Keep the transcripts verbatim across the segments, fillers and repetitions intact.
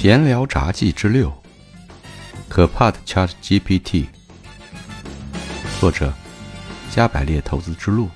闲聊杂技之六，可怕的 ChatGPT， 作者加百列投资之路。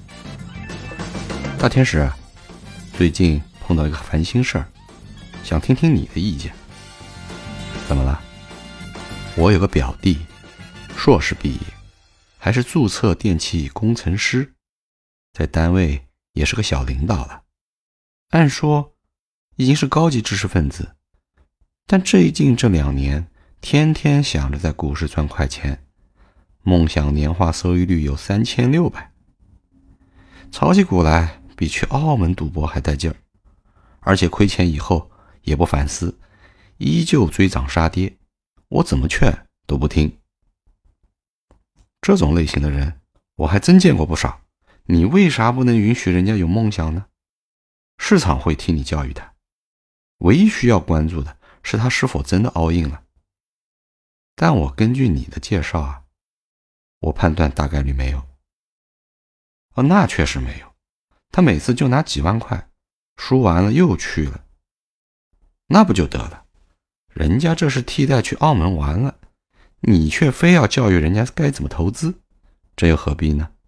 大天使，最近碰到一个烦心事儿，想听听你的意见。怎么了？我有个表弟，硕士毕业，还是注册电气工程师，在单位也是个小领导了，按说已经是高级知识分子，但最近这两年天天想着在股市赚快钱，梦想年化收益率有三千六百，炒起股来比去澳门赌博还带劲儿，而且亏钱以后也不反思，依旧追涨杀跌，我怎么劝都不听。这种类型的人我还真见过不少，你为啥不能允许人家有梦想呢？市场会替你教育他，唯一需要关注的是他是否真的 all in 了。但我根据你的介绍啊，我判断大概率没有。哦，那确实没有，他每次就拿几万块，输完了又去了，那不就得了？人家这是替代去澳门玩了，你却非要教育人家该怎么投资，这又何必呢？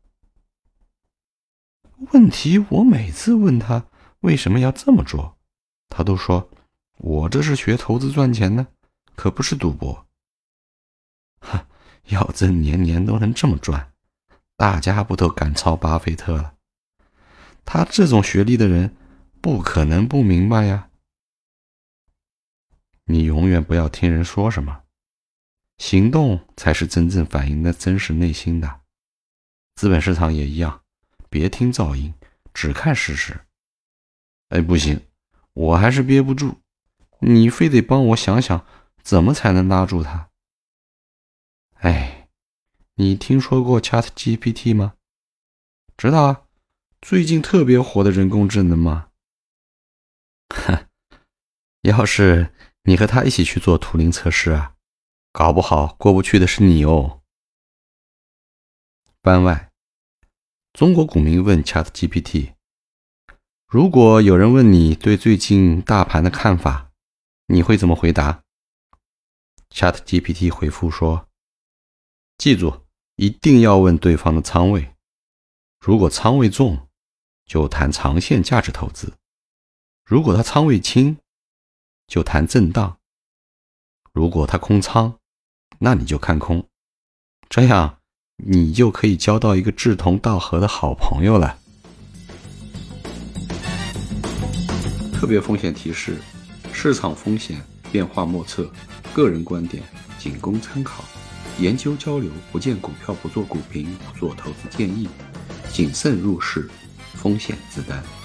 问题我每次问他为什么要这么做，他都说我这是学投资赚钱呢，可不是赌博。哈，要真年年都能这么赚，大家不都赶超巴菲特了？他这种学历的人不可能不明白呀。你永远不要听人说什么，行动才是真正反映的真实内心的。资本市场也一样，别听噪音，只看事实。哎，不行，我还是憋不住，你非得帮我想想怎么才能拉住他。哎，你听说过 ChatGPT 吗？知道啊，最近特别火的人工智能嘛。哼，要是你和他一起去做图灵测试啊，搞不好过不去的是你哦。番外，中国股民问 ChatGPT， 如果有人问你对最近大盘的看法，你会怎么回答？ ChatGPT 回复说，记住一定要问对方的仓位，如果仓位重就谈长线价值投资，如果他仓位轻就谈震荡，如果他空仓那你就看空，这样你就可以交到一个志同道合的好朋友了。特别风险提示，市场风险变化莫测，个人观点仅供参考，研究交流，不见股票不做股评，不做投资建议，谨慎入市，风险自担。